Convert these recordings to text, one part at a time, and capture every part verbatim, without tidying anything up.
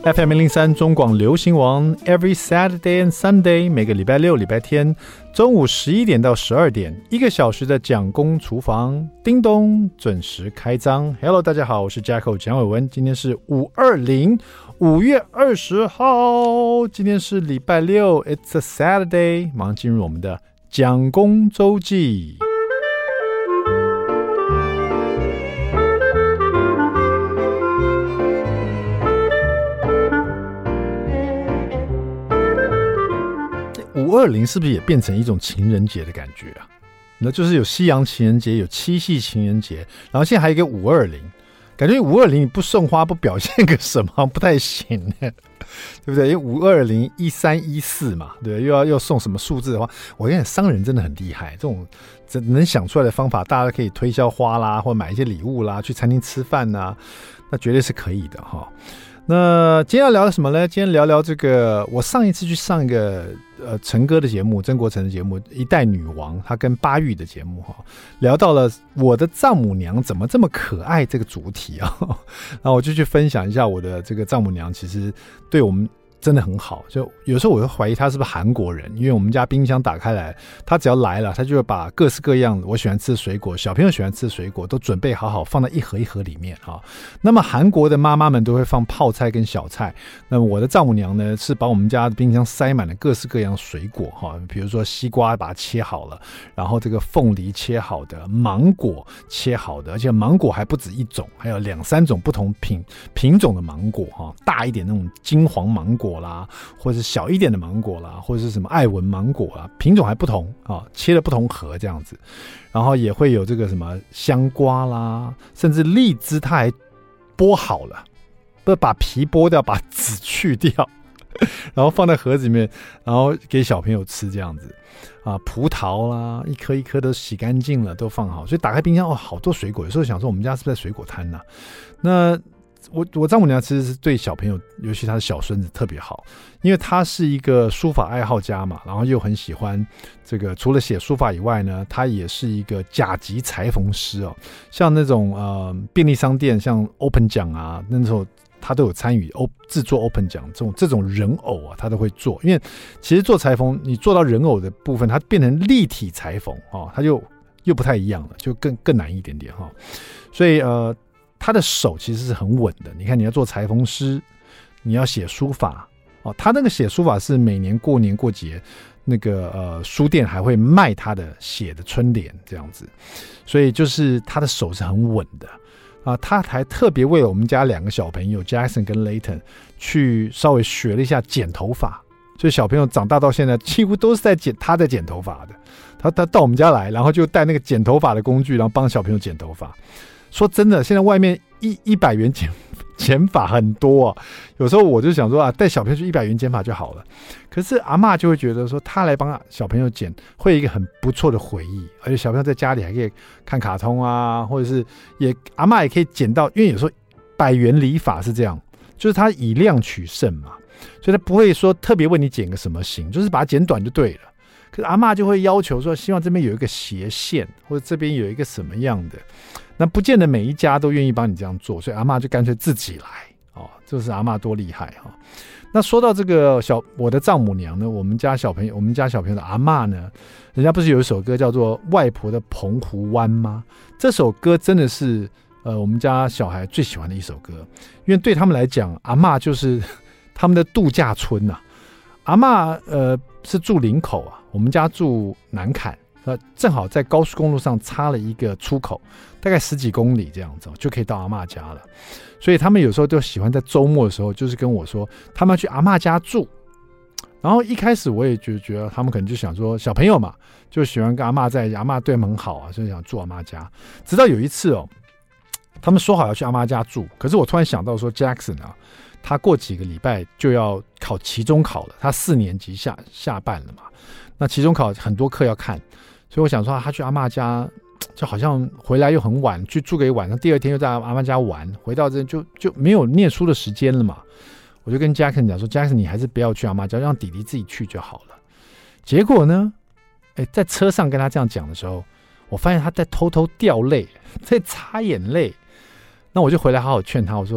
F M 零三中广流行王 Every Saturday and Sunday 每个礼拜六礼拜天中午十一点到十二点一个小时的蒋公厨房叮咚准时开张。 Hello 大家好，我是 Jacko 蒋伟文，今天是五二零五月二十号，今天是礼拜六 It's a Saturday， 马上进入我们的蒋公周记。五二零是不是也变成一种情人节的感觉啊？那就是有西洋情人节，有七夕情人节，然后现在还有一个五二零，感觉五二零你不送花不表现个什么不太行呢，对不对？因为五二零一三一四嘛，对，又要又送什么数字的话，我跟你讲，商人真的很厉害，这种能想出来的方法，大家可以推销花啦，或买一些礼物啦，去餐厅吃饭啦，那绝对是可以的哈。那今天要聊什么呢？今天聊聊这个，我上一次去上一个呃陈哥的节目，曾国成的节目《一代女王》，他跟巴玉的节目哈，聊到了我的丈母娘怎么这么可爱这个主题啊，然后我就去分享一下我的这个丈母娘，其实对我们真的很好，就有时候我会怀疑他是不是韩国人，因为我们家冰箱打开来，他只要来了，他就会把各式各样我喜欢吃的水果，小朋友喜欢吃的水果都准备好好放在一盒一盒里面啊。那么韩国的妈妈们都会放泡菜跟小菜，那么我的丈母娘呢是把我们家的冰箱塞满了各式各样水果哈，比如说西瓜把它切好了，然后这个凤梨切好的，芒果切好的，而且芒果还不止一种，还有两三种不同品品种的芒果哈，大一点那种金黄芒果啦，或者是小一点的芒果啦，或者是什么爱文芒果啦，品种还不同啊，切了不同盒这样子。然后也会有这个什么香瓜啦，甚至荔枝它还剥好了，不把皮剥掉，把籽去掉，然后放在盒子里面，然后给小朋友吃这样子啊。葡萄啦，一颗一颗都洗干净了，都放好。所以打开冰箱哦，好多水果。有时候想说我们家是不是在水果摊呢、啊？那我我丈母娘其实是对小朋友，尤其他的小孙子特别好，因为他是一个书法爱好家嘛，然后又很喜欢这个，除了写书法以外呢，他也是一个甲级裁缝师哦。像那种呃便利商店，像 Open 奖啊，那时候他都有参与制作 Open 奖这种这种人偶啊，他都会做。因为其实做裁缝，你做到人偶的部分，它变成立体裁缝哦，它就又不太一样了，就更更难一点点哈、哦。所以呃。他的手其实是很稳的，你看你要做裁缝师，你要写书法哦，他那个写书法是每年过年过节那个呃书店还会卖他的写的春联这样子，所以就是他的手是很稳的啊。他还特别为了我们家两个小朋友 Jackson 跟 Layton 去稍微学了一下剪头发，所以小朋友长大到现在几乎都是在剪他在剪头发的。他他到我们家来，然后就带那个剪头发的工具，然后帮小朋友剪头发。说真的，现在外面一一百元剪剪法很多啊，有时候我就想说啊，带小朋友去一百元剪法就好了。可是阿嬷就会觉得说，他来帮小朋友剪，会有一个很不错的回忆，而且小朋友在家里还可以看卡通啊，或者是也阿嬷也可以剪到，因为有时候百元理发是这样，就是他以量取胜嘛，所以他不会说特别为你剪个什么型，就是把它剪短就对了。可是阿嬷就会要求说，希望这边有一个斜线，或者这边有一个什么样的。那不见得每一家都愿意帮你这样做，所以阿嬷就干脆自己来哦，这是阿嬷多厉害哈、哦。那说到这个小我的丈母娘呢，我们家小朋友，我们家小朋友的阿嬷呢，人家不是有一首歌叫做《外婆的澎湖湾》吗？这首歌真的是呃我们家小孩最喜欢的一首歌，因为对他们来讲，阿嬷就是他们的度假村呐、啊。阿嬷呃是住林口啊，我们家住南崁。呃，正好在高速公路上插了一个出口，大概十几公里这样子，就可以到阿嬷家了。所以他们有时候都喜欢在周末的时候，就是跟我说，他们要去阿嬷家住。然后一开始我也就觉得他们可能就想说，小朋友嘛，就喜欢跟阿嬷在一起，阿嬷对他们很好啊，所以想住阿嬷家。直到有一次哦，他们说好要去阿嬷家住，可是我突然想到说 ，Jackson 啊，他过几个礼拜就要考期中考了，他四年级下下半了嘛，那期中考很多课要看。所以我想说，他去阿嬷家，就好像回来又很晚，去住个一晚上，第二天又在阿嬷家玩，回到这就就没有念书的时间了嘛。我就跟 Jackson 讲说 ，Jackson 你还是不要去阿嬷家，让弟弟自己去就好了。结果呢，哎，在车上跟他这样讲的时候，我发现他在偷偷掉泪，在擦眼泪。那我就回来好好劝他，我说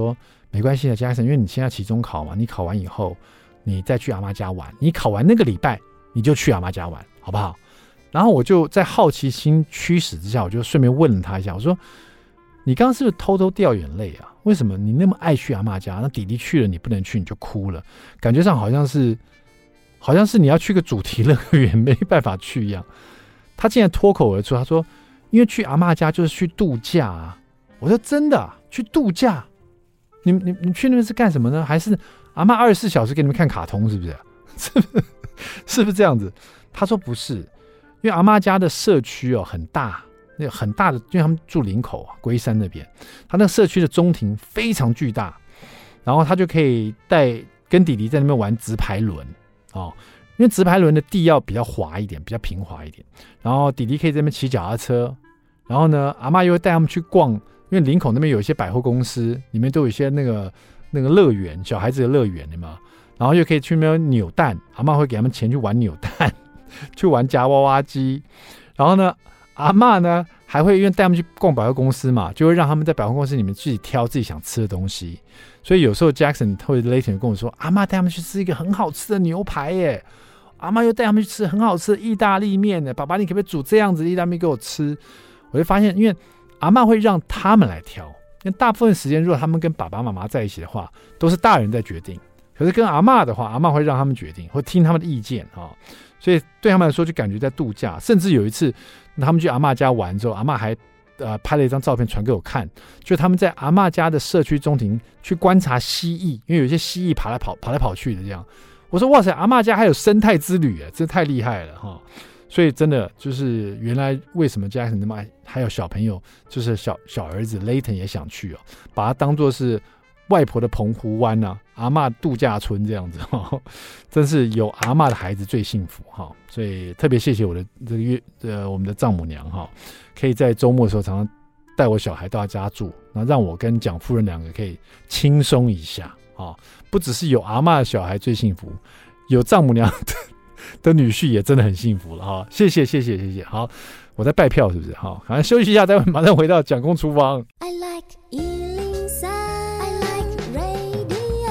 没关系的 Jackson， 因为你现在期中考嘛，你考完以后你再去阿嬷家玩，你考完那个礼拜你就去阿嬷家玩好不好？然后我就在好奇心驱使之下，我就顺便问了他一下，我说你刚刚是不是偷偷掉眼泪啊？为什么你那么爱去阿嬷家，那弟弟去了你不能去你就哭了，感觉上好像是好像是你要去个主题乐园没办法去一样。他竟然脱口而出，他说因为去阿嬷家就是去度假啊。我说真的、啊、去度假？你你你去那边是干什么呢？还是阿嬷二十四小时给你们看卡通，是不是？是不是是不是这样子？他说不是，因为阿嬷家的社区哦很大，那个很大的，因为他们住林口啊，龟山那边，他那个社区的中庭非常巨大，然后他就可以带跟弟弟在那边玩直排轮哦，因为直排轮的地要比较滑一点，比较平滑一点，然后弟弟可以在那边骑脚踏车，然后呢，阿嬷又会带他们去逛，因为林口那边有一些百货公司，里面都有一些那个那个乐园，小孩子的乐园，对吗？然后又可以去那边扭蛋，阿嬷会给他们钱去玩扭蛋，去玩夹娃娃机。然后呢，阿嬷呢还会因为带他们去逛百货公司嘛，就会让他们在百货公司里面自己挑自己想吃的东西。所以有时候 Jackson 或者 Layton 跟我说，阿嬷带他们去吃一个很好吃的牛排耶，阿嬷又带他们去吃很好吃的意大利面耶，爸爸你可不可以煮这样子的意大利面给我吃？我就发现，因为阿嬷会让他们来挑，因为大部分时间如果他们跟爸爸妈妈在一起的话，都是大人在决定。可是跟阿嬷的话，阿嬷会让他们决定，或听他们的意见、哦、所以对他们来说就感觉在度假。甚至有一次他们去阿嬷家玩之后，阿嬷还、呃、拍了一张照片传给我看，就他们在阿嬷家的社区中庭去观察蜥蜴，因为有一些蜥蜴跑来跑跑来跑去的这样。我说哇塞，阿嬷家还有生态之旅耶，真的太厉害了、哦、所以真的就是原来为什么 Jackson 那么爱，还有小朋友就是小小儿子 Layton 也想去哦，把它当作是外婆的澎湖湾啊，阿嬷度假村这样子、哦、真是有阿嬷的孩子最幸福、哦、所以特别谢谢我的这个月呃我们的丈母娘、哦、可以在周末的时候常常带我小孩到家住，那让我跟蒋夫人两个可以轻松一下、哦、不只是有阿嬷的小孩最幸福，有丈母娘的的女婿也真的很幸福了哈、哦，谢谢谢谢谢谢。好，我在拜票是不是？好，好像休息一下，待会马上回到蒋公厨房。I like 一零三 I like radio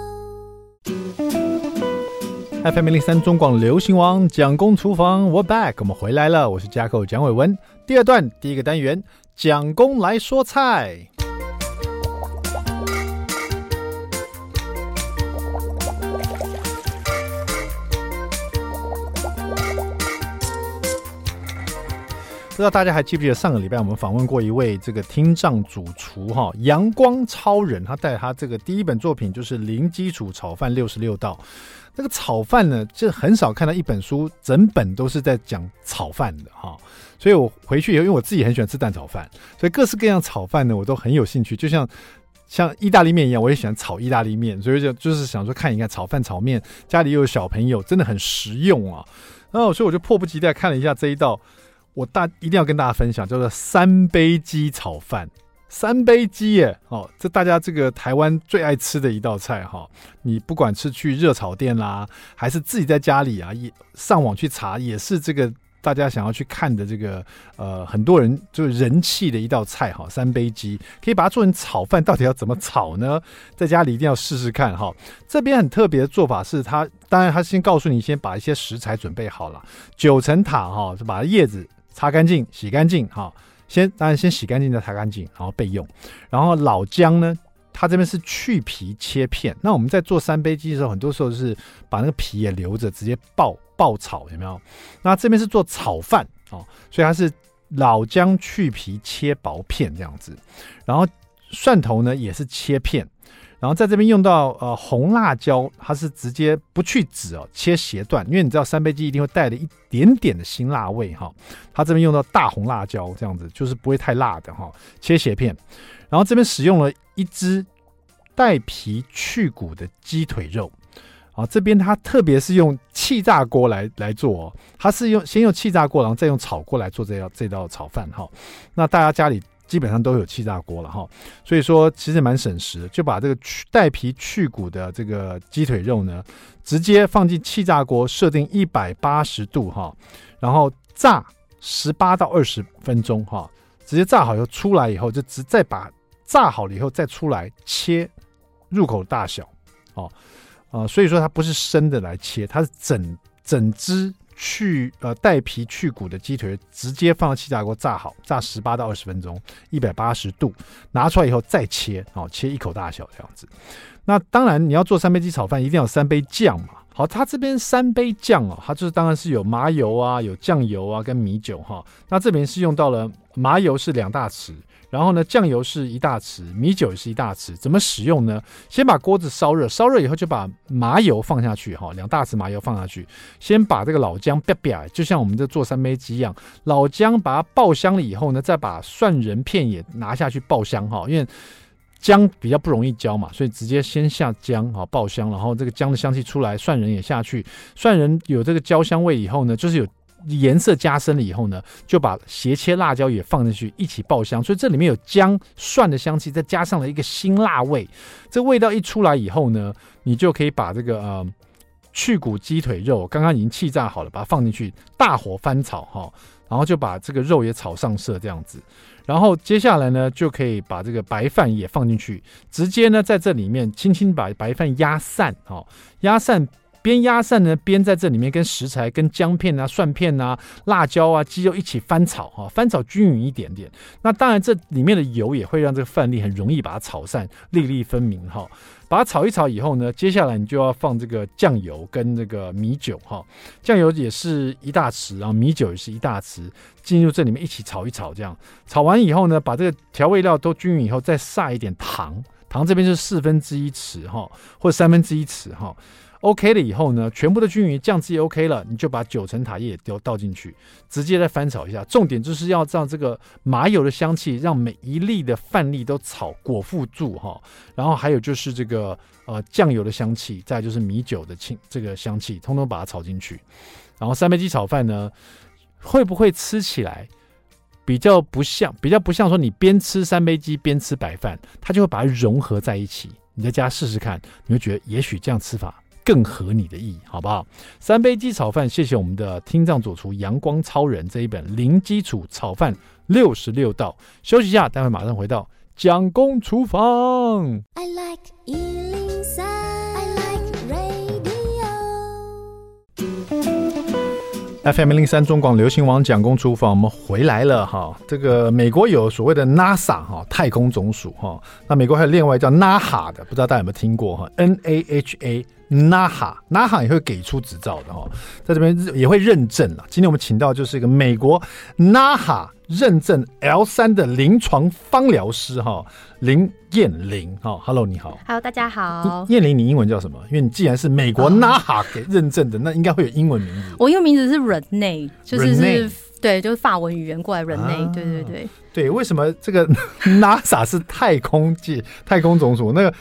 F M 一零三中广流行王蒋公厨房 We're back， 我们回来了，我是家口蒋伟文。第二段第一个单元，蒋公来说菜。不知道大家还记不记得上个礼拜我们访问过一位这个听障主厨哈，阳光超人，他带他这个第一本作品就是零基础炒饭六十六道。那个炒饭呢，就很少看到一本书整本都是在讲炒饭的哈，所以我回去以后，因为我自己很喜欢吃蛋炒饭，所以各式各样炒饭呢我都很有兴趣，就像像意大利面一样，我也喜欢炒意大利面，所以就就是想说看一看炒饭炒面，家里又有小朋友，真的很实用啊。然后所以我就迫不及待看了一下这一道。我大一定要跟大家分享，叫做三杯鸡炒饭。三杯鸡耶，哦，这大家这个台湾最爱吃的一道菜哈、哦。你不管是去热炒店啦，还是自己在家里啊，也上网去查，也是这个大家想要去看的这个呃，很多人就是人气的一道菜哈、哦。三杯鸡可以把它做成炒饭，到底要怎么炒呢？在家里一定要试试看哈、哦。这边很特别的做法是它，当然它先告诉你先把一些食材准备好了，九层塔哈、哦，就把叶子擦干净、洗干净，哈，先当然先洗干净再擦干净，然后备用。然后老姜呢，它这边是去皮切片。那我们在做三杯鸡的时候，很多时候是把那个皮也留着，直接爆爆炒，有没有？那这边是做炒饭哦，所以它是老姜去皮切薄片这样子。然后蒜头呢也是切片。然后在这边用到呃红辣椒，它是直接不去籽哦，切斜段，因为你知道三杯鸡一定会带了一点点的辛辣味哈、哦。它这边用到大红辣椒这样子，就是不会太辣的哈、哦，切斜片。然后这边使用了一只带皮去骨的鸡腿肉，啊，这边它特别是用气炸锅来来做哦，它是用先用气炸锅，然后再用炒锅来做这道这道炒饭哈、哦。那大家家里基本上都有气炸锅了哈，所以说其实蛮省时的，就把这个带皮去骨的这个鸡腿肉呢，直接放进气炸锅，设定一百八十度哈，然后炸十八到二十分钟哈，直接炸好以后出来以后，就直再把炸好了以后再出来切入口大小哦，呃，所以说它不是生的来切，它是整整只去呃带皮去骨的鸡腿直接放到气炸锅炸好，炸十八到二十分钟，一百八十度，拿出来以后再切，哦，切一口大小这样子。那当然你要做三杯鸡炒饭，一定要有三杯酱嘛。好，它这边三杯酱哦，它就是当然是有麻油啊、有酱油啊跟米酒哈。那这边是用到了麻油是两大匙，然后呢酱油是一大匙，米酒也是一大匙。怎么使用呢？先把锅子烧热，烧热以后就把麻油放下去哈，两大匙麻油放下去，先把这个老姜啪啪，就像我们这做三杯鸡一样，老姜把它爆香了以后呢，再把蒜仁片也拿下去爆香哈，因为姜比较不容易焦嘛，所以直接先下姜啊爆香，然后这个姜的香气出来，蒜仁也下去，蒜仁有这个焦香味以后呢，就是有颜色加深了以后呢，就把斜切辣椒也放进去一起爆香，所以这里面有姜蒜的香气，再加上了一个辛辣味，这味道一出来以后呢，你就可以把这个呃去骨鸡腿肉刚刚已经气炸好了，把它放进去，大火翻炒哈，然后就把这个肉也炒上色这样子。然后接下来呢，就可以把这个白饭也放进去，直接呢在这里面轻轻把白饭压散，哦，压散边压散呢边在这里面跟食材、跟姜片啊、蒜片啊、辣椒啊、鸡肉一起翻炒，哈，翻炒均匀一点点。那当然这里面的油也会让这个饭粒很容易把它炒散，粒粒分明哈。把它炒一炒以后呢，接下来你就要放这个酱油跟这个米酒哈，酱油也是一大匙，然后米酒也是一大匙，进入这里面一起炒一炒，这样炒完以后呢，把这个调味料都均匀以后，再撒一点糖，糖这边是四分之一匙哈，或者三分之一匙哈。OK 了以后呢，全部的均匀，酱汁也 OK 了，你就把九层塔叶也丢倒进去，直接再翻炒一下。重点就是要让这个麻油的香气，让每一粒的饭粒都炒裹覆住哈。然后还有就是这个呃酱油的香气，再来就是米酒的清这个香气，通通把它炒进去。然后三杯鸡炒饭呢，会不会吃起来比较不像，比较不像说你边吃三杯鸡边吃白饭，它就会把它融合在一起。你在家试试看，你会觉得也许这样吃法更合你的意，好不好？三杯鸡炒饭，谢谢我们的听障左厨阳光超人这一本零基础炒饭六十六道。休息一下，待会马上回到蒋公厨房。I like 一零三 I like radio。F M 零零三中广流行网蒋公厨房，我们回来了哈。这个美国有所谓的 NASA 哈太空总署哈，那美国还有另外叫 NAHA 的，不知道大家有没有听过哈 ？N A H A。NAHA NAHA 也会给出执照的哈，在这边也会认证了。今天我们请到就是一个美国 NAHA 认证 L 三 的临床芳疗师哈，林燕玲哈 ，Hello 你好 ，Hello 大家好。 燕玲，你英文叫什么？因为你既然是美国 NAHA 给认证的，那应该会有英文名字。 我英文名字是 Renee， 就是是对，就是法文语言过来 Renee，、啊、对对对。 对，为什么这个 NASA 是太空界太空总署，那个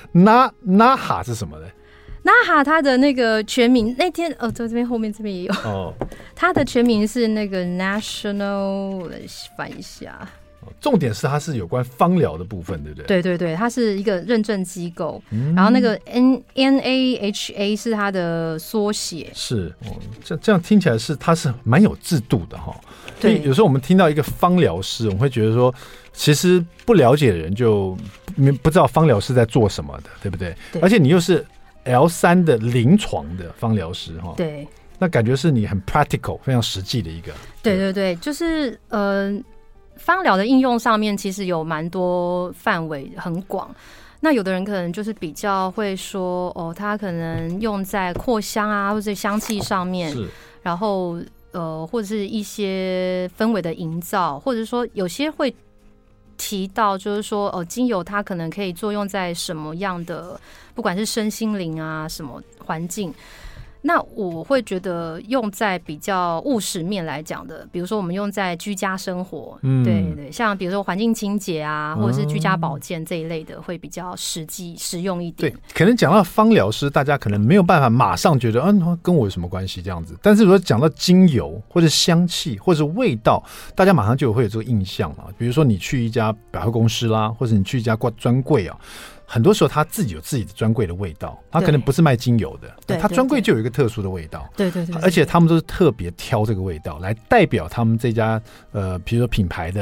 NAHA 是什么呢 ？NAHA 它的那个全名那天哦，在这边后面这边也有哦，它的全名是那个 National， 我来翻一下。 重点是它是有关芳疗的部分，对不对？ 对对对，它是一个认证机构，嗯、然后那个 N N A H A 是它的缩写。是， 哦、这这样听起来是它是蛮有制度的哈。对，有时候我们听到一个芳疗师，我们会觉得说，其实不了解的人就不知道芳疗师在做什么的，对不对？对，而且你又是 L 三 的临床的芳疗师哈。 对， 那感觉是你很 practical 非常实际的一个。 对对对，就是呃。芳疗的应用上面其实有蛮多范围很广，那有的人可能就是比较会说哦，他可能用在扩香啊或者香气上面，是然后呃或者是一些氛围的营造，或者说有些会提到就是说哦，精油它可能可以作用在什么样的不管是身心灵啊什么环境。那我会觉得用在比较务实面来讲的，比如说我们用在居家生活，嗯，对对，像比如说环境清洁啊，或者是居家保健这一类的，会比较实际实用一点。 对，可能讲到芳疗师，大家可能没有办法马上觉得，嗯，跟我有什么关系这样子。但是如果讲到精油或者香气或者味道，大家马上就会有这个印象了。比如说你去一家百货公司啦，或者你去一家专柜啊。很多时候他自己有自己的专柜的味道，他可能不是卖精油的，他专柜就有一个特殊的味道， 对对 对, 对， 而且他们都是特别挑这个味道来代表他们这家呃，比如说品牌的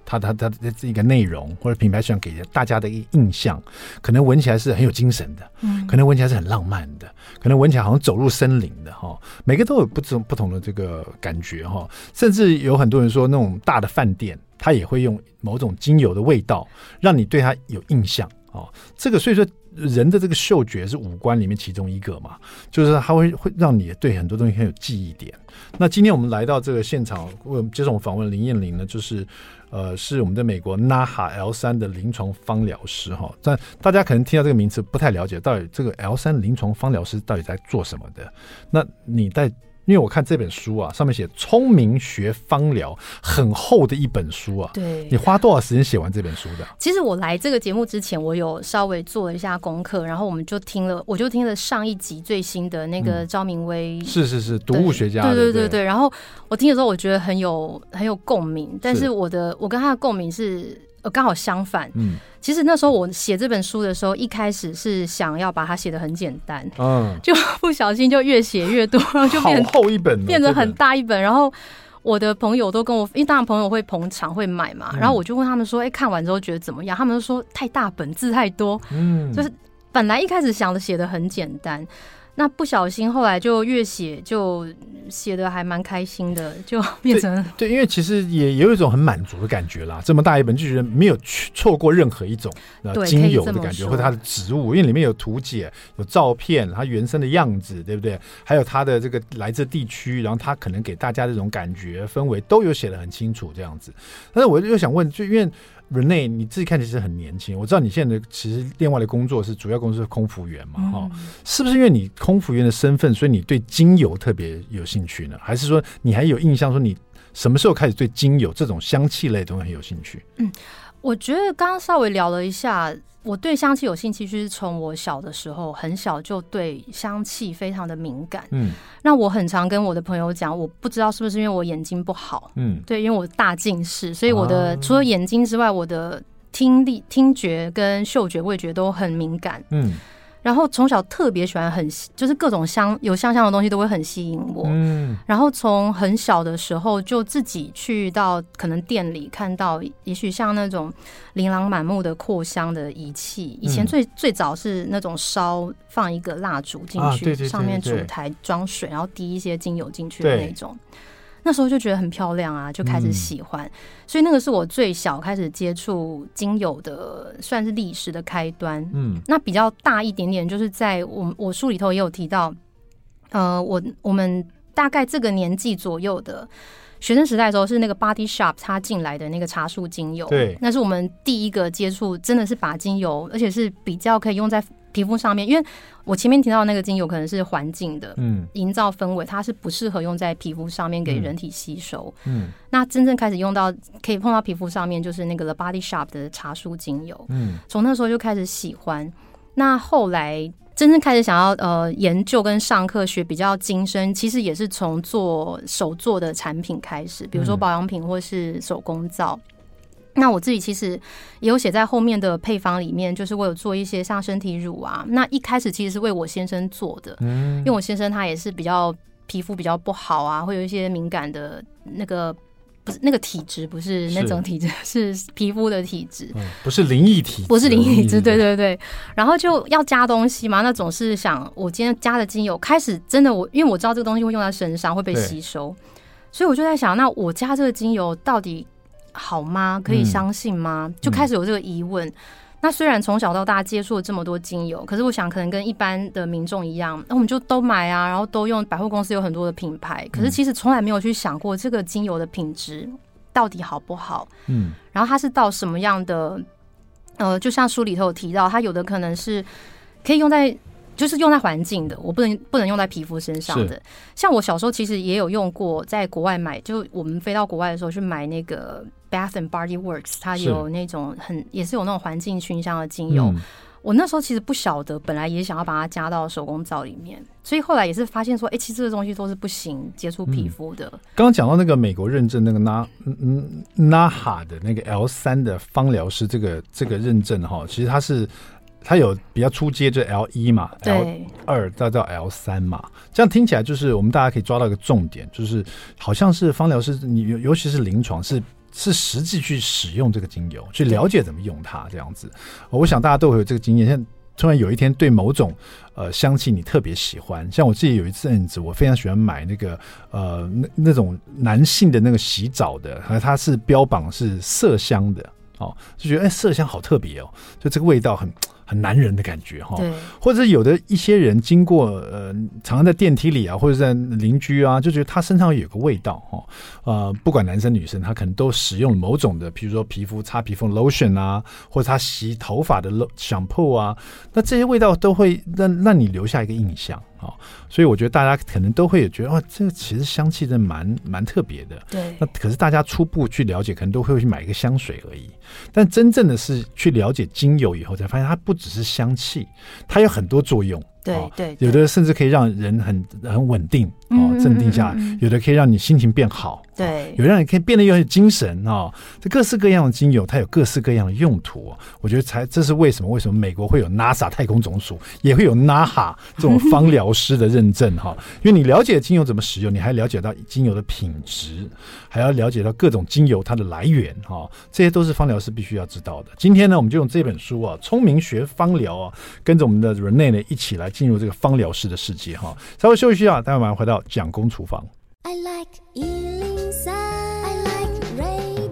它它它的一个内容或者品牌想给大家的一个印象，可能闻起来是很有精神的，嗯，可能闻起来是很浪漫的，可能闻起来好像走入森林的哈，每个都有不同不同的这个感觉哈。甚至有很多人说，那种大的饭店，它也会用某种精油的味道，让你对它有印象哦。这个所以说，人的这个嗅觉是五官里面其中一个嘛，就是它会会让你对很多东西很有记忆点。那今天我们来到这个现场，接受我们访问林燕玲呢，就是呃，是我们在美国 N A H A L 三 的临床芳疗师哈。但大家可能听到这个名词不太了解，到底这个 L 三 临床芳疗师到底在做什么的？那你在因为我看这本书啊，上面写聪明学芳疗，很厚的一本书啊。 对， 你花多少时间写完这本书的？ 其实我来这个节目之前，我有稍微做了一下功课，然后我们就听了，我就听了上一集最新的那个赵明威，嗯、 是是是，毒物学家， 对对对 对, 对。然后我听的时候，我觉得很有很有共鸣，但是我的我跟他的共鸣是呃刚好相反。嗯。其实那时候我写这本书的时候，一开始是想要把它写得很简单，嗯，就不小心就越写越多，然后就变好厚一本， 变得很大一本。然后我的朋友都跟我，因为当然朋友会捧场会买嘛，嗯、然后我就问他们说：“哎、欸，看完之后觉得怎么样？”他们就说太大本，字太多，嗯，就是本来一开始想的写得很简单。那不小心后来就越写就写的还蛮开心的，就变成对, 对，因为其实也有一种很满足的感觉啦。这么大一本就觉得没有错过任何一种精油的感觉，或者它的植物，因为里面有图解、有照片，它原生的样子，对不对？还有它的这个来自地区，然后它可能给大家这种感觉氛围都有写得很清楚这样子。但是我又想问，就因为Renee 你自己看其实很年轻，我知道你现在的其实另外的工作是主要工作是空服员嘛，嗯、是不是因为你空服员的身份，所以你对精油特别有兴趣呢？还是说你还有印象说你什么时候开始对精油这种香气类的东西很有兴趣？ 嗯，我觉得刚刚稍微聊了一下，我对香气有兴趣是从我小的时候，很小就对香气非常的敏感。嗯，那我很常跟我的朋友讲，我不知道是不是因为我眼睛不好，嗯，对，因为我大近视，所以我的、啊、除了眼睛之外，我的听力、听觉跟嗅觉、味觉都很敏感。嗯。然后从小特别喜欢很就是各种香有香香的东西都会很吸引我，嗯，然后从很小的时候就自己去到可能店里看到，也许像那种琳琅满目的扩香的仪器，以前最、嗯、最早是那种烧放一个蜡烛进去，啊、对对对对上面烛台装水，然后滴一些精油进去的那种。那时候就觉得很漂亮啊，就开始喜欢、嗯、所以那个是我最小开始接触精油的算是历史的开端。嗯，那比较大一点点就是在我我书里头也有提到，呃，我我们大概这个年纪左右的学生时代的时候，是那个 Body Shop 他进来的那个茶树精油， 对， 那是我们第一个接触，真的是把精油，而且是比较可以用在皮肤上面，因为我前面提到的那个精油可能是环境的，嗯，营造氛围，它是不适合用在皮肤上面给人体吸收。嗯，那真正开始用到可以碰到皮肤上面，就是那个 The Body Shop 的茶树精油。嗯，从那时候就开始喜欢。那后来真正开始想要呃研究跟上课学比较精深，其实也是从做手做的产品开始，比如说保养品或是手工皂。那我自己其实也有写在后面的配方里面，就是我有做一些像身体乳啊，那一开始其实是为我先生做的，嗯，因为我先生他也是比较皮肤比较不好啊，会有一些敏感的那个不是那个体质，不是那种体质，是皮肤的体质，嗯， 不是灵异体质， 不是灵异体质，对对对。然后就要加东西嘛，那总是想我今天加的精油，开始真的我因为我知道这个东西会用在身上会被吸收，所以我就在想，那我加这个精油到底好吗？可以相信吗？嗯、就开始有这个疑问。嗯、那虽然从小到大接触了这么多精油，可是我想可能跟一般的民众一样，那我们就都买啊，然后都用，百货公司有很多的品牌，可是其实从来没有去想过这个精油的品质到底好不好。嗯，然后它是到什么样的？呃，就像书里头有提到，它有的可能是可以用在。就是用在环境的，我不能不能用在皮肤身上的。像我小时候其实也有用过，在国外买，就我们飞到国外的时候去买那个 Bath and Body Works， 它有那种很也是有那种环境熏香的精油。嗯、我那时候其实不晓得，本来也想要把它加到手工皂里面，所以后来也是发现说，哎、欸，其实这个东西都是不行接触皮肤的。 刚刚讲到那个美国认证那个 N A H A 的那个 L 三 的芳疗师，这个这个认证哈，其实它是。它有比较初阶，就是 L 一 嘛 ，L 二再到 L 三 嘛，这样听起来就是我们大家可以抓到一个重点，就是好像是芳疗师，你尤其是临床是是实际去使用这个精油，去了解怎么用它这样子。我想大家都会有这个经验，像突然有一天对某种呃香气你特别喜欢，像我自己有一阵子我非常喜欢买那个呃 那, 那种男性的那个洗澡的，它是标榜是麝香的哦，就觉得哎麝香好特别哦，就这个味道很很男人的感觉哈，或者有的一些人经过呃，常常在电梯里啊，或者在邻居啊，就觉得他身上有个味道哈，呃，不管男生女生，他可能都使用某种的，比如说皮肤擦皮肤的 lotion 啊，或者他洗头发的 shampoo 啊，那这些味道都会让让你留下一个印象啊，所以我觉得大家可能都会有觉得哇，这个其实香气真的蛮蛮特别的， 对。 那可是大家初步去了解，可能都会去买一个香水而已，但真正的是去了解精油以后，才发现它不只是香气，它有很多作用。 对 对, 对， 有的甚至可以让人很很稳定哦，镇定下来；嗯嗯嗯嗯有的可以让你心情变好， 对， 有的让你可以变得有点精神哦。这各式各样的精油，它有各式各样的用途、哦。我觉得才这是为什么为什么美国会有 NASA 太空总署，也会有 N A H A 这种芳疗师的认证哈、哦。因为你了解精油怎么使用，你还了解到精油的品质，还要了解到各种精油它的来源哈、哦，这些都是芳疗师必须要知道的。今天呢，我们就用这本书啊，《聪明学芳疗》啊，跟着我们的 Renee 呢一起来进入这个芳疗师的世界哈。稍微休息一下，待会马上回到蒋公厨房。I like 一零三 I like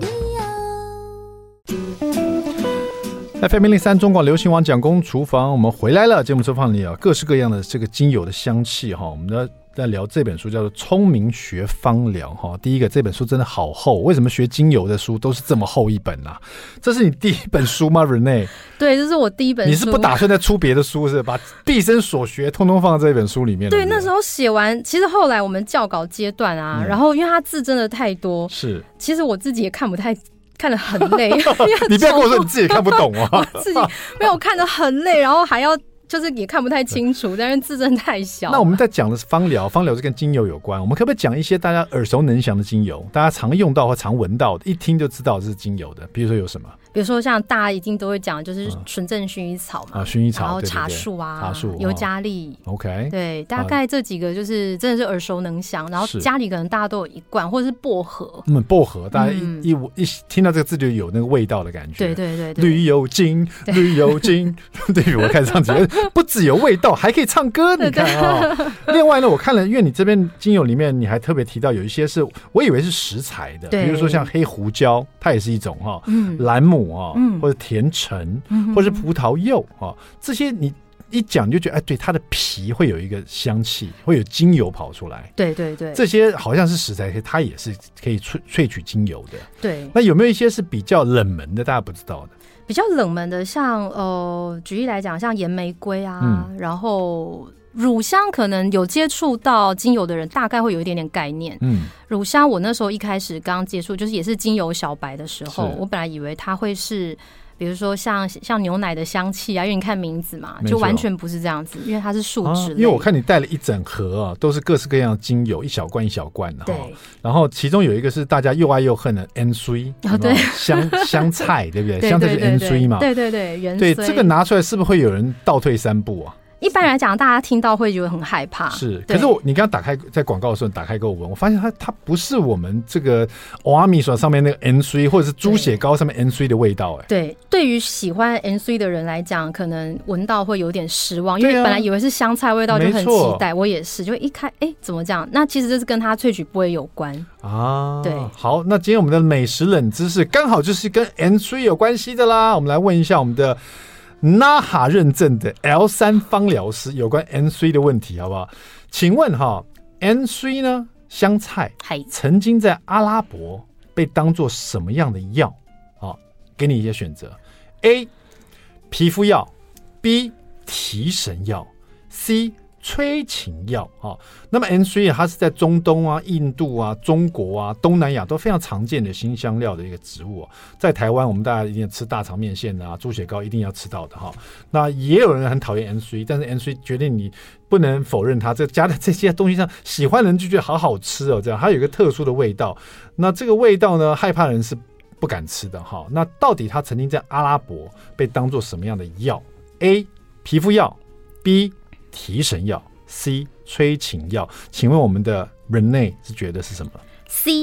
radio F M 一零三中广流行网蒋公厨房，我们回来了。节目厨房里啊，各式各样的这个精油的香气哈，我们的在聊这本书叫做《聪明学芳疗》哈。第一个，这本书真的好厚，为什么学精油的书都是这么厚一本啊？这是你第一本书吗 ，Renee？ 对，这是我第一本书。 你是不打算再出别的书是吧？把毕生所学通通放在这本书里面？ 对，那时候写完，其实后来我们校稿阶段啊，嗯、然后因为它字真的太多，是，其实我自己也看不太。看得很累你不要跟我说你自己也看不懂啊我自己没有看得很累，然后还要就是也看不太清楚，但是字真的太小。 那我们在讲的是芳疗，芳疗是跟精油有关，我们可不可以讲一些大家耳熟能详的精油，大家常用到或常闻到的，一听就知道这是精油的？比如说有什么？ 比如说像大家一定都会讲，就是纯正薰衣草嘛， 啊，薰衣草， 然后茶树啊， 茶树、 尤加利、 哦、，OK， 对，大概这几个就是真的是耳熟能详。然后家里可能大家都有一罐，或者是薄荷， 嗯，薄荷，大家一、嗯、一, 一听到这个字就有那个味道的感觉。 对对 对, 对， 绿油精，绿油精，对，我开始唱起来，不只有味道，还可以唱歌，你看啊、哦。另外呢，我看了，因为你这边精油里面，你还特别提到有一些是我以为是食材的，比如说像黑胡椒，它也是一种哈、哦，嗯，兰姆啊、哦，嗯，或者甜橙，或者是葡萄柚啊、哦，这些你一讲就觉得，哎，对，它的皮会有一个香气，会有精油跑出来。 对对对， 这些好像是食材，它也是可以萃萃取精油的。 对， 那有没有一些是比较冷门的，大家不知道的？ 比较冷门的像，像呃，举例来讲，像岩玫瑰啊，嗯、然后乳香，可能有接触到精油的人，大概会有一点点概念。嗯，乳香我那时候一开始刚接触，就是也是精油小白的时候，我本来以为它会是。比如说像像牛奶的香气啊，因为你看名字嘛，就完全不是这样子，因为它是树脂、啊。 因为我看你带了一整盒啊，都是各式各样的精油，一小罐一小罐的。对。然后其中有一个是大家又爱又恨的 N 水，哦对，香香菜对不对？对香菜是 N 水嘛？ 对对对，原对这个拿出来是不是会有人倒退三步啊？ 一般来讲，大家听到会觉得很害怕。 是，可是我你刚刚打开在广告的时候打开给我闻，我发现它它不是我们这个欧阿米索上面那个 N 水，或者是猪血糕上面 N 水的味道、欸。 对，对于喜欢 N 水的人来讲，可能闻到会有点失望，因为本来以为是香菜味道，就很期待。我也是，就一开哎、欸、怎么这样？那其实这是跟它萃取部位有关啊。对， 好，那今天我们的美食冷知识刚好就是跟 N 水有关系的啦。我们来问一下我们的。N A H A 认证的 L 三 芳疗师有关 N 水的问题，好不好？请问哈 ，N 水呢？香菜曾经在阿拉伯被当作什么样的药？好，给你一些选择 ：A. 皮肤药 ，B. 提神药 ，C. 催情药啊，那么 N 水它是在中东啊、印度啊、中国啊、东南亚都非常常见的辛香料的一个植物、啊、在台湾我们大家一定要吃大肠面线啊、猪血糕一定要吃到的哈。那也有人很讨厌 N 水，但是 N 水决定你不能否认它，这加在这些东西上，喜欢的人就觉得好好吃哦，这样它有一个特殊的味道。那这个味道呢，害怕人是不敢吃的哈。那到底它曾经在阿拉伯被当作什么样的药 ？A. 皮肤药 B. 提神药 C. 催情药，请问我们的 Renee 是觉得是什么？ C.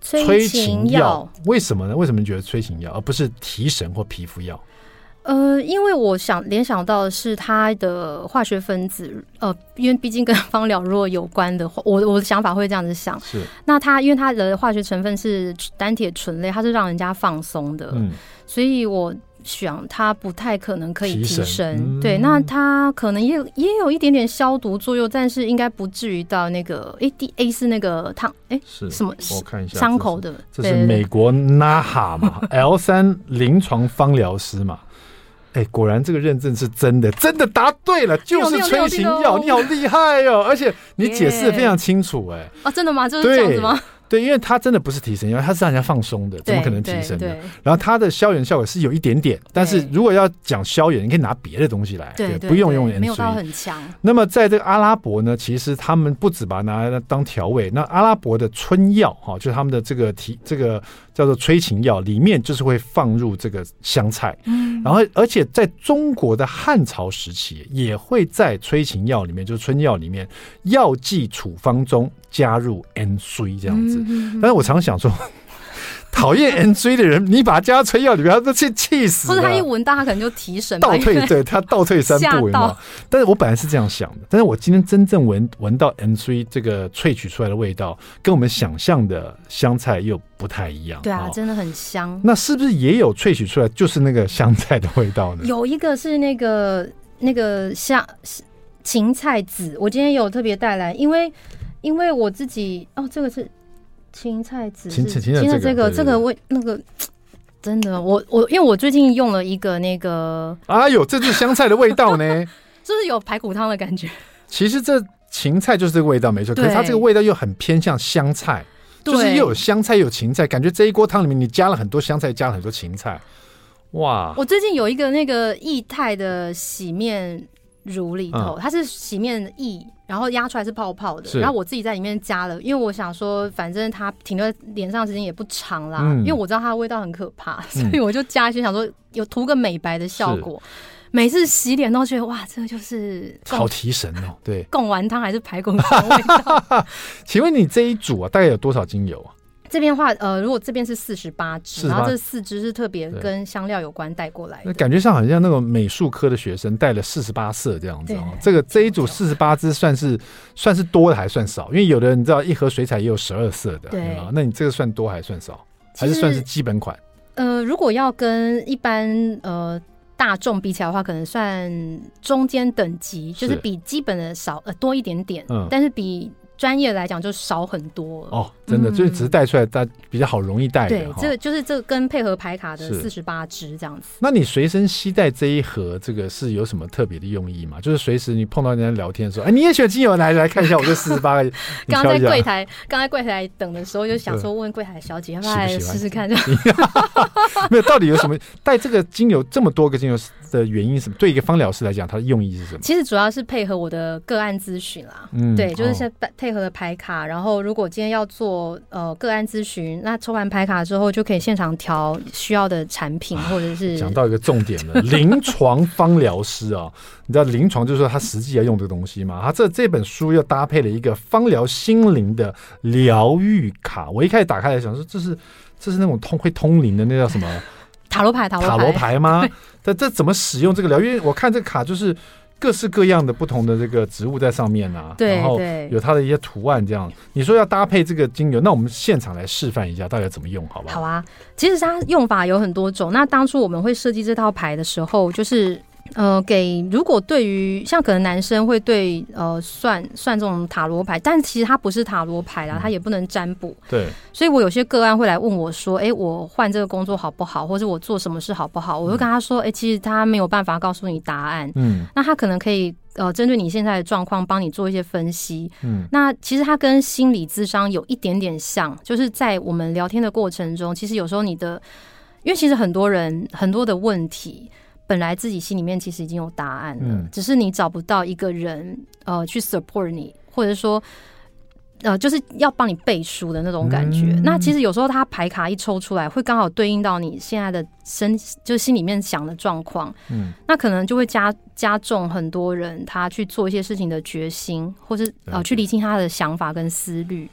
催情药为什么呢？为什么你觉得催情药而不是提神或皮肤药？ 呃，因为我想联想到的是它的化学分子，呃，因为毕竟跟芳疗如果有关的话，我我的想法会这样子想。 是， 那它因为它的化学成分是单铁醇类，它是让人家放松的，嗯，所以我想它不太可能可以提神。提神嗯、对，那它可能也也有一点点消毒作用，但是应该不至于到那个 A D A 是那个烫哎什么？ 我看一下伤口的， 这是美国 N A H A 嘛 ，L 三临床芳疗师嘛。哎，果然这个认证是真的，真的答对了，就是催情药，你好厉害哦！而且你解释的非常清楚，哎， 哦，真的吗？就是这样子吗？ 对，因为它真的不是提神药，它是让人家放松的，怎么可能提神的？然后它的消炎效果是有一点点，但是如果要讲消炎，你可以拿别的东西来， 对， 不用用 N 没有到很强。 那么在这个阿拉伯呢，其实他们不止把它拿来当调味，那阿拉伯的春药哈，就是他们的这个提这个叫做催情药，里面就是会放入这个香菜，嗯，然后而且在中国的汉朝时期，也会在催情药里面，就是春药里面药剂处方中加入 N C 这样子。但是我常想说，讨厌 N C 的人，你把它加到春药里面，他都气气死了。 或者他一闻到，他可能就提神， 倒退，对他倒退三步，有没有？但是我本来是这样想的，但是我今天真正闻闻到 N C 这个萃取出来的味道，跟我们想象的香菜又不太一样。 对啊，哦、真的很香。 那是不是也有萃取出来就是那个香菜的味道呢？ 有一个是那个那个香芹菜籽，我今天有特别带来，因为因为我自己哦，这个是。芹菜籽，芹菜这个这个这个味那个真的，我我因为我最近用了一个那个， 哎呦，这是香菜的味道呢， 就是有排骨汤的感觉。 其实这芹菜就是这个味道没错，可是它这个味道又很偏向香菜，就是又有香菜又有芹菜，感觉这一锅汤里面你加了很多香菜，加了很多芹菜，哇！ 我最近有一个那个液态的洗面乳里头，嗯、它是洗面液。然后压出来是泡泡的，然后我自己在里面加了，因为我想说，反正它停留在脸上的时间也不长啦，嗯、因为我知道它的味道很可怕，所以我就加一些，想说有涂个美白的效果。每次洗脸都觉得哇，这个就是好提神哦。对， 贡丸汤还是排骨汤味道。 请问你这一组啊，大概有多少精油啊？ 这边的话，呃，如果这边是四十八支，然后这四支是特别跟香料有关带过来的， 感觉上好像那种美术科的学生带了四十八色这样子哦。这个这一组四十八支算是算是多的还算少？因为有的人你知道一盒水彩也有十二色的，对，那你这个算多还算少？还是算是基本款？ 呃，如果要跟一般呃大众比起来的话，可能算中间等级，就是比基本的少呃多一点点，嗯，但是比专业来讲就少很多哦，真的，嗯、就是只是带出来，它比较好容易带的。 对，这个就是这个跟配合牌卡的四十八支这样子。 那你随身携带这一盒，这个是有什么特别的用意吗？就是随时你碰到人家聊天的时候，哎，你也选精油来来看一下我这四十八个。 刚刚在柜台，刚在柜台等的时候，就想说问柜台小姐要不要来试试看。 没有，到底有什么带这个精油这么多个精油的原因？什么？对一个芳疗师来讲，它的用意是什么？ 其实主要是配合我的个案咨询啦。嗯，对，就是先配合的牌卡，然后如果今天要做呃个案咨询，那抽完牌卡之后就可以现场调需要的产品，或者是讲到一个重点了，临床芳疗师啊，你知道临床就是说他实际要用这个东西嘛？他这这本书又搭配了一个芳疗心灵的疗愈卡。我一开始打开来想说，这是这是那种通会通灵的那叫什么塔罗牌？塔罗牌塔罗牌吗？这这怎么使用这个疗愈？我看这个卡就是各式各样的不同的这个植物在上面啊， 对， 然后有它的一些图案这样。你说要搭配这个精油，那我们现场来示范一下，大概怎么用，好不好？ 好啊，其实它用法有很多种。那当初我们会设计这套牌的时候，就是呃，给如果对于像可能男生会对呃算算这种塔罗牌，但其实它不是塔罗牌啦，它也不能占卜。 对， 所以我有些个案会来问我说：“哎、欸，我换这个工作好不好？或者我做什么事好不好？”我会跟他说：“哎、欸，其实他没有办法告诉你答案。嗯，那他可能可以呃针对你现在的状况帮你做一些分析。嗯，那其实它跟心理咨商有一点点像，就是在我们聊天的过程中，其实有时候你的，因为其实很多人很多的问题。本来自己心里面其实已经有答案了，嗯、只是你找不到一个人呃去 support 你，或者说呃就是要帮你背书的那种感觉。嗯、那其实有时候他牌卡一抽出来，会刚好对应到你现在的身，就心里面想的状况。嗯，那可能就会加加重很多人他去做一些事情的决心，或是呃去厘清他的想法跟思虑。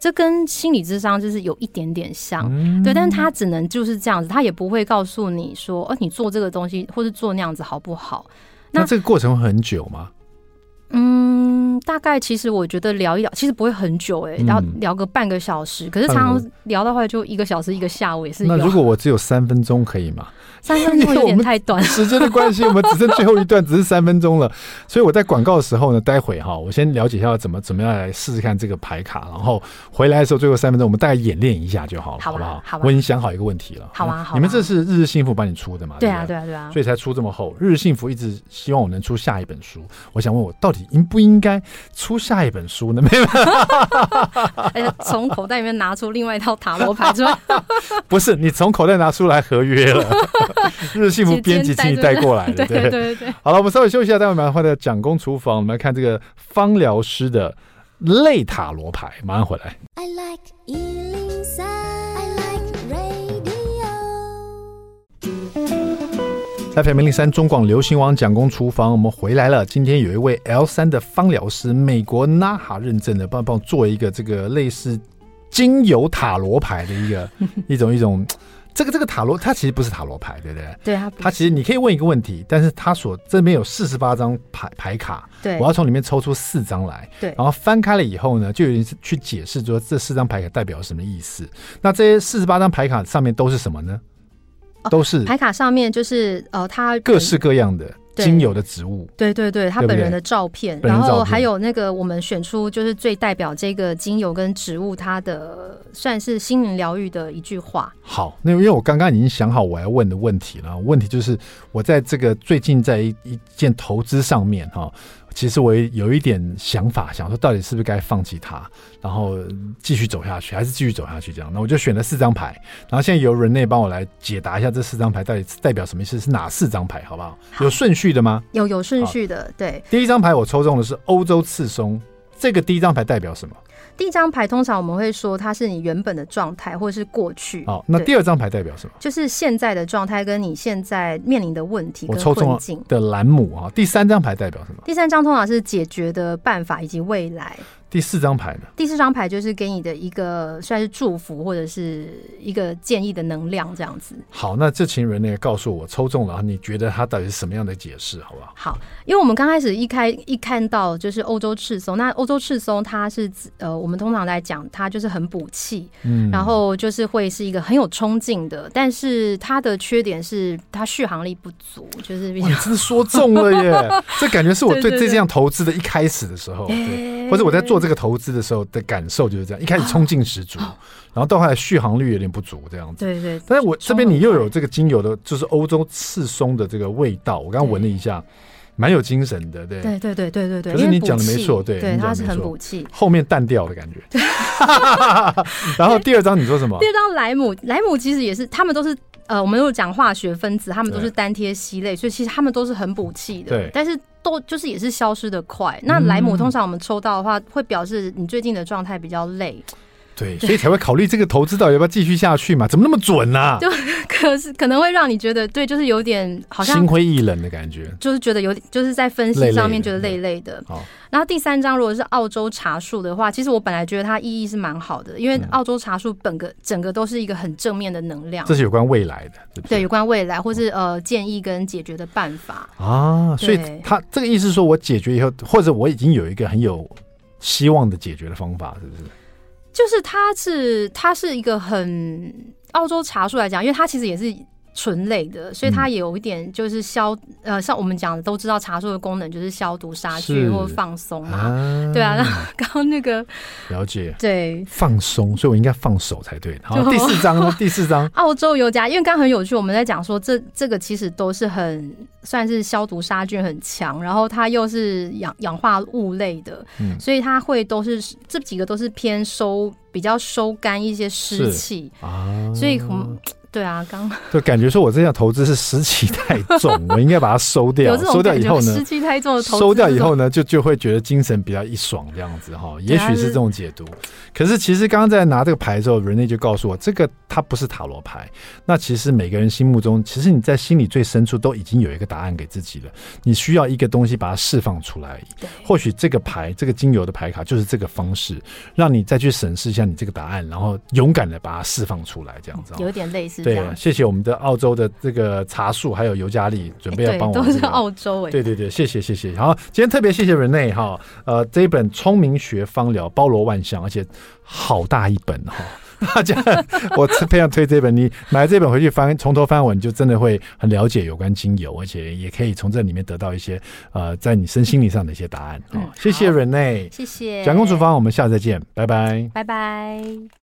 这跟心理咨商就是有一点点像，嗯、对，但是他只能就是这样子，他也不会告诉你说，哦，你做这个东西或是做那样子好不好？ 那, 那这个过程会很久吗？ 嗯，大概其实我觉得聊一聊，其实不会很久哎、欸，要、嗯、聊个半个小时。可是常常聊到后来就一个小时，一个下午也是有。 那如果我只有三分钟可以吗？ 三分钟有点太短， 时间的关系，我们只剩最后一段，只是三分钟了。所以我在广告的时候呢，待会哈，我先了解一下怎么怎么样来试试看这个牌卡，然后回来的时候最后三分钟，我们大概演练一下就好了，好不好？好吧。我已经想好一个问题了。 好啊，好啊。 你们这是日日幸福帮你出的嘛？ 对啊，对啊，对啊。 所以才出这么厚。日日幸福一直希望我能出下一本书，我想问我到底应不应该出下一本书呢？没有。 哎，从口袋里面拿出另外一套塔罗牌出来。 不是，你从口袋拿出来合约了。日幸福编辑请你带过来的， 对对对对。 好了，我们稍微休息一下，待会马上回到蒋公厨房，我们来看这个芳疗师的类塔罗牌，马上回来。I like 一零三 I like radio F M 一零三中广流行网蒋公厨房，我们回来了。今天有一位 L 三 的芳疗师，美国 N A H A 认证的，帮帮我做一个这个类似精油塔罗牌的一个一种一种。这个这个塔罗它其实不是塔罗牌，对不对？ 对，它它其实你可以问一个问题，但是它所这边有四十八张牌牌卡， 对， 我要从里面抽出四张来，对，然后翻开了以后呢，就有人去解释说这四张牌卡代表什么意思。那这些四十八张牌卡上面都是什么呢？哦、都是牌卡上面就是呃，它各式各样的精油的植物， 对对对，他本人的照片， 对对然后还有那个我们选出就是最代表这个精油跟植物它的算是心灵疗愈的一句话。 好，那因为我刚刚已经想好我要问的问题了，问题就是我在这个最近在 一, 一件投资上面哈。其实我有一点想法，想说到底是不是该放弃它，然后继续走下去，还是继续走下去这样。那我就选了四张牌，然后现在由人类帮我来解答一下这四张牌到底代表什么意思，是哪四张牌，好不好？ 好， 有顺序的吗？ 有有顺序的，对。 第一张牌我抽中的是欧洲赤松，这个第一张牌代表什么？ 第一张牌通常我们会说它是你原本的状态或者是过去。 好，那第二张牌代表什么？ 就是现在的状态跟你现在面临的问题跟困境。我抽中了的兰姆啊。第三张牌代表什么？ 第三张通常是解决的办法以及未来。 第四张牌呢？ 第四张牌就是给你的一个算是祝福或者是一个建议的能量这样子。 好，那这请人类告诉我抽中了，你觉得它到底是什么样的解释，好不好？ 好，因为我们刚开始一开一看到就是欧洲赤松，那欧洲赤松它是呃，我们通常来讲它就是很补气，嗯，然后就是会是一个很有冲劲的，但是它的缺点是它续航力不足，就是比较。 你真的说中了耶！这感觉是我对这样投资的一开始的时候，对，对对，或者我在做这个投资的时候的感受就是这样，一开始冲劲十足，然后到后来续航率有点不足这样子。对对。但是我这边你又有这个精油的，就是欧洲赤松的这个味道，我刚刚闻了一下，蛮有精神的，对。 对对对对对对。 可是你讲的没错，对， 对，它是很补气， 后面淡掉的感觉。然后第二张你说什么？ 第二张莱姆，莱姆其实也是，他们都是。呃，我们有讲化学分子，他们都是单萜烯类，所以其实他们都是很补气的。对，但是都就是也是消失的快。那莱姆通常我们抽到的话，会表示你最近的状态比较累。 对，所以才会考虑这个投资到底要不要继续下去嘛？怎么那么准啊？ 就可是可能会让你觉得，对，就是有点好像心灰意冷的感觉， 就是觉得有点，就是在分析上面觉得累累的。好，然后第三张如果是澳洲茶树的话，其实我本来觉得它意义是蛮好的，因为澳洲茶树本个整个都是一个很正面的能量， 这是有关未来的，是不是？ 对，有关未来或是呃建议跟解决的办法啊。所以它这个意思是说我解决以后，或者我已经有一个很有希望的解决的方法，是不是？ 就是它是它是一个很澳洲茶树来讲，因为它其实也是醇类的，所以它也有一点就是消、嗯、呃，像我们讲的都知道茶树的功能就是消毒杀菌或放松嘛，啊对啊。然后刚刚那个了解， 对， 放松，所以我应该放手才对。好，第四章呢？第四章澳洲尤加，因为刚刚很有趣，我们在讲说这这个其实都是很算是消毒杀菌很强，然后它又是氧氧化物类的、嗯，所以它会都是这几个都是偏收比较收干一些湿气啊，所以对啊，刚就感觉说我这样投资是湿气太重，我应该把它收掉。收掉以后呢， 湿气太重的投资， 收掉以后呢，就就会觉得精神比较一爽这样子哈。也许是这种解读。可是其实刚刚在拿这个牌的时候 ，Renee 就告诉我，这个它不是塔罗牌。那其实每个人心目中，其实你在心里最深处都已经有一个答案给自己了。你需要一个东西把它释放出来而已。或许这个牌，这个精油的牌卡就是这个方式，让你再去审视一下你这个答案，然后勇敢的把它释放出来，这样子。 有点类似这样。 对，谢谢我们的澳洲的这个茶树还有尤加利准备要帮我们、这个， 对，都是澳洲哎。 对对对，谢谢谢谢。好，今天特别谢谢 Renee 哈，呃，这一本《聪明学芳疗》包罗万象，而且好大一本哈。大家，我非常推这本，你买这本回去翻，从头翻完，你就真的会很了解有关精油，而且也可以从这里面得到一些呃，在你身心灵上的一些答案。嗯，谢谢 Renee， 谢谢。 蒋公厨房，我们下次再见，拜拜， 拜拜。